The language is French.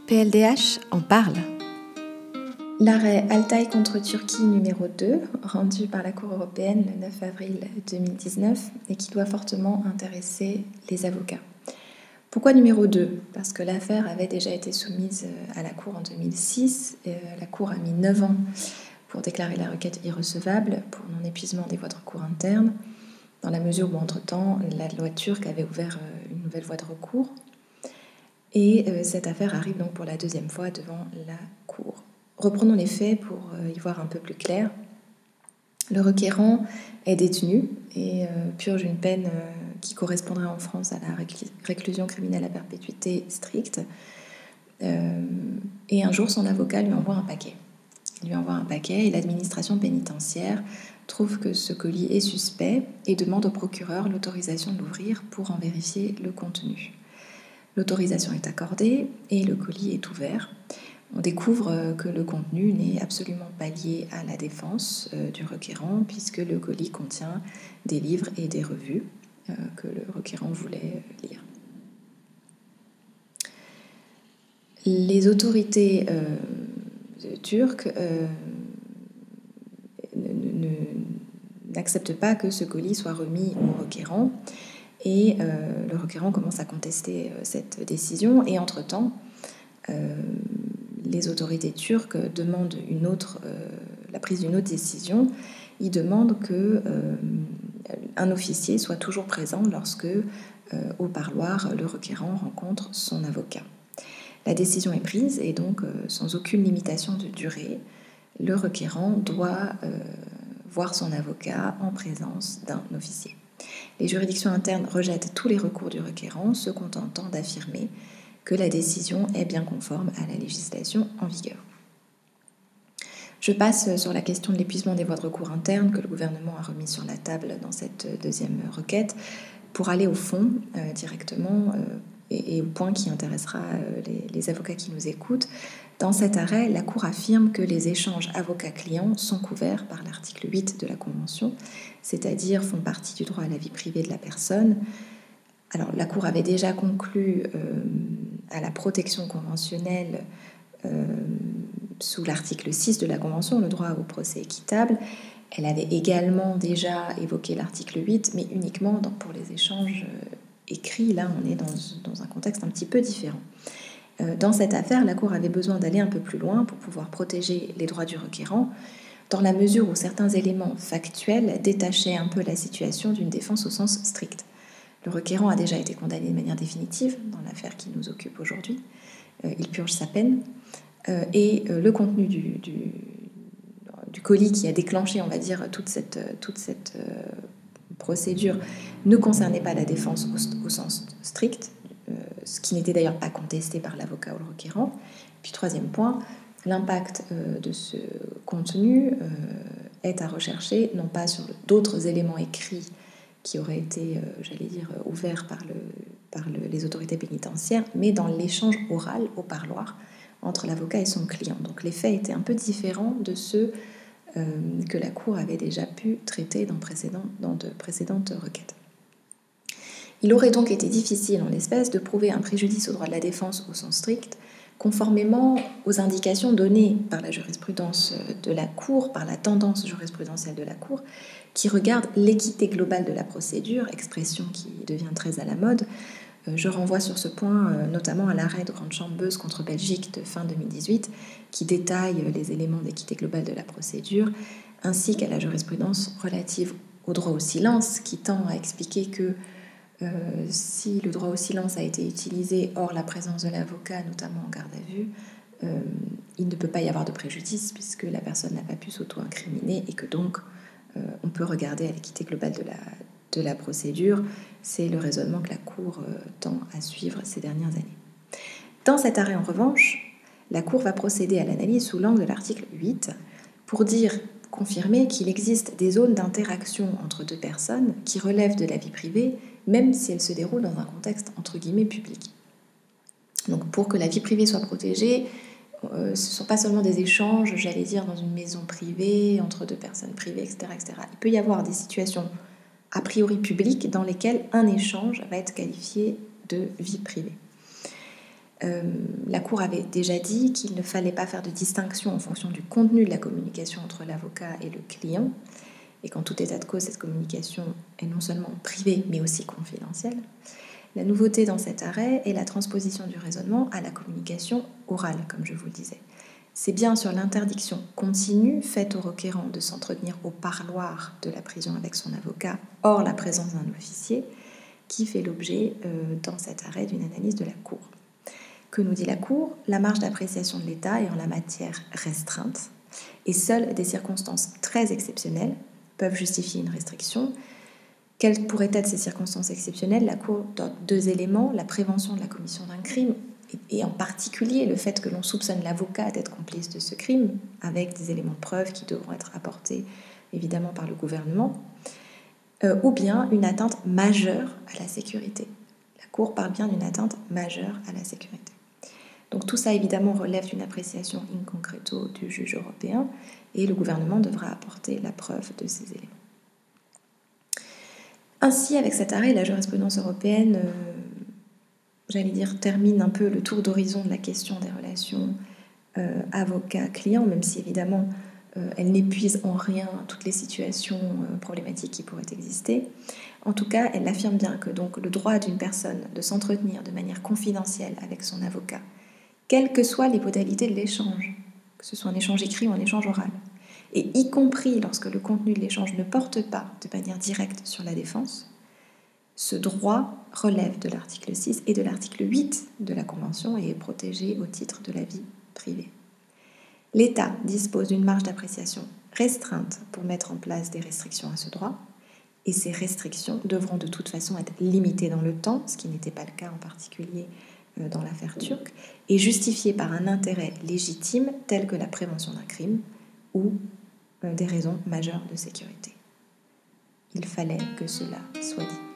PLDH en parle. L'arrêt Altay contre Turquie numéro 2, rendu par la Cour européenne le 9 avril 2019 et qui doit fortement intéresser les avocats. Pourquoi numéro 2 ? Parce que l'affaire avait déjà été soumise à la Cour en 2006. La Cour a mis 9 ans pour déclarer la requête irrecevable pour non-épuisement des voies de recours internes, dans la mesure où, entre-temps, la loi turque avait ouvert une nouvelle voie de recours. Et cette affaire arrive donc pour la deuxième fois devant la Cour. Reprenons les faits pour y voir un peu plus clair. Le requérant est détenu et purge une peine qui correspondrait en France à la réclusion criminelle à perpétuité stricte. Et un jour, son avocat lui envoie un paquet. Il lui envoie un paquet et l'administration pénitentiaire trouve que ce colis est suspect et demande au procureur l'autorisation de l'ouvrir pour en vérifier le contenu. L'autorisation est accordée et le colis est ouvert. On découvre que le contenu n'est absolument pas lié à la défense du requérant puisque le colis contient des livres et des revues que le requérant voulait lire. Les autorités turques n'acceptent pas que ce colis soit remis au requérant et le requérant commence à contester cette décision et entre-temps les autorités turques demandent la prise d'une autre décision. Ils demandent qu'un officier soit toujours présent lorsque, au parloir, le requérant rencontre son avocat. La décision est prise et donc, sans aucune limitation de durée, le requérant doit voir son avocat en présence d'un officier. Les juridictions internes rejettent tous les recours du requérant, se contentant d'affirmer que la décision est bien conforme à la législation en vigueur. Je passe sur la question de l'épuisement des voies de recours internes que le gouvernement a remis sur la table dans cette deuxième requête pour aller au fond directement et au point qui intéressera les avocats qui nous écoutent. Dans cet arrêt, la Cour affirme que les échanges avocats-clients sont couverts par l'article 8 de la Convention, c'est-à-dire font partie du droit à la vie privée de la personne. Alors, la Cour avait déjà conclu à la protection conventionnelle sous l'article 6 de la Convention, le droit au procès équitable. Elle avait également déjà évoqué l'article 8, mais uniquement pour les échanges écrits. Là, on est dans un contexte un petit peu différent. Dans cette affaire, la Cour avait besoin d'aller un peu plus loin pour pouvoir protéger les droits du requérant, dans la mesure où certains éléments factuels détachaient un peu la situation d'une défense au sens strict. Le requérant a déjà été condamné de manière définitive dans l'affaire qui nous occupe aujourd'hui. Il purge sa peine. Et le contenu du colis qui a déclenché, on va dire, toute cette procédure ne concernait pas la défense au sens strict, ce qui n'était d'ailleurs pas contesté par l'avocat ou le requérant. Puis troisième point, l'impact de ce contenu est à rechercher, non pas sur d'autres éléments écrits qui auraient été, ouverts par les autorités pénitentiaires, mais dans l'échange oral au parloir entre l'avocat et son client. Donc les faits étaient un peu différents de ceux que la Cour avait déjà pu traiter dans de précédentes requêtes. Il aurait donc été difficile en l'espèce de prouver un préjudice au droit de la défense au sens strict, conformément aux indications données par la jurisprudence de la Cour, par la tendance jurisprudentielle de la Cour, qui regarde l'équité globale de la procédure, expression qui devient très à la mode. Je renvoie sur ce point notamment à l'arrêt de Grande Chambeuse contre Belgique de fin 2018, qui détaille les éléments d'équité globale de la procédure, ainsi qu'à la jurisprudence relative au droit au silence, qui tend à expliquer que si le droit au silence a été utilisé hors la présence de l'avocat, notamment en garde à vue, il ne peut pas y avoir de préjudice puisque la personne n'a pas pu s'auto-incriminer et que donc on peut regarder à l'équité globale de la procédure. C'est le raisonnement que la Cour tend à suivre ces dernières années. Dans cet arrêt, en revanche, la Cour va procéder à l'analyse sous l'angle de l'article 8 pour confirmer qu'il existe des zones d'interaction entre deux personnes qui relèvent de la vie privée, même si elles se déroulent dans un contexte entre guillemets public. Donc pour que la vie privée soit protégée, ce ne sont pas seulement des échanges, dans une maison privée, entre deux personnes privées, etc., etc. Il peut y avoir des situations a priori publiques dans lesquelles un échange va être qualifié de vie privée. La Cour avait déjà dit qu'il ne fallait pas faire de distinction en fonction du contenu de la communication entre l'avocat et le client, et qu'en tout état de cause, cette communication est non seulement privée, mais aussi confidentielle. La nouveauté dans cet arrêt est la transposition du raisonnement à la communication orale, comme je vous le disais. C'est bien sur l'interdiction continue faite au requérant de s'entretenir au parloir de la prison avec son avocat, hors la présence d'un officier, qui fait l'objet dans cet arrêt d'une analyse de la Cour. Que nous dit la Cour ? La marge d'appréciation de l'État est en la matière restreinte, et seules des circonstances très exceptionnelles peuvent justifier une restriction. Quelles pourraient être ces circonstances exceptionnelles ? La Cour donne 2 éléments, la prévention de la commission d'un crime, et en particulier le fait que l'on soupçonne l'avocat d'être complice de ce crime, avec des éléments de preuve qui devront être apportés évidemment par le gouvernement, ou bien une atteinte majeure à la sécurité. La Cour parle bien d'une atteinte majeure à la sécurité. Donc tout ça évidemment relève d'une appréciation in concreto du juge européen, et le gouvernement devra apporter la preuve de ces éléments. Ainsi, avec cet arrêt, la jurisprudence européenne, termine un peu le tour d'horizon de la question des relations avocat-client, même si évidemment elle n'épuise en rien toutes les situations problématiques qui pourraient exister. En tout cas, elle affirme bien que donc, le droit d'une personne de s'entretenir de manière confidentielle avec son avocat, quelles que soient les modalités de l'échange, que ce soit un échange écrit ou un échange oral, et y compris lorsque le contenu de l'échange ne porte pas de manière directe sur la défense, ce droit relève de l'article 6 et de l'article 8 de la Convention et est protégé au titre de la vie privée. L'État dispose d'une marge d'appréciation restreinte pour mettre en place des restrictions à ce droit, et ces restrictions devront de toute façon être limitées dans le temps, ce qui n'était pas le cas en particulier dans l'affaire turque, et justifiées par un intérêt légitime tel que la prévention d'un crime ou des raisons majeures de sécurité. Il fallait que cela soit dit.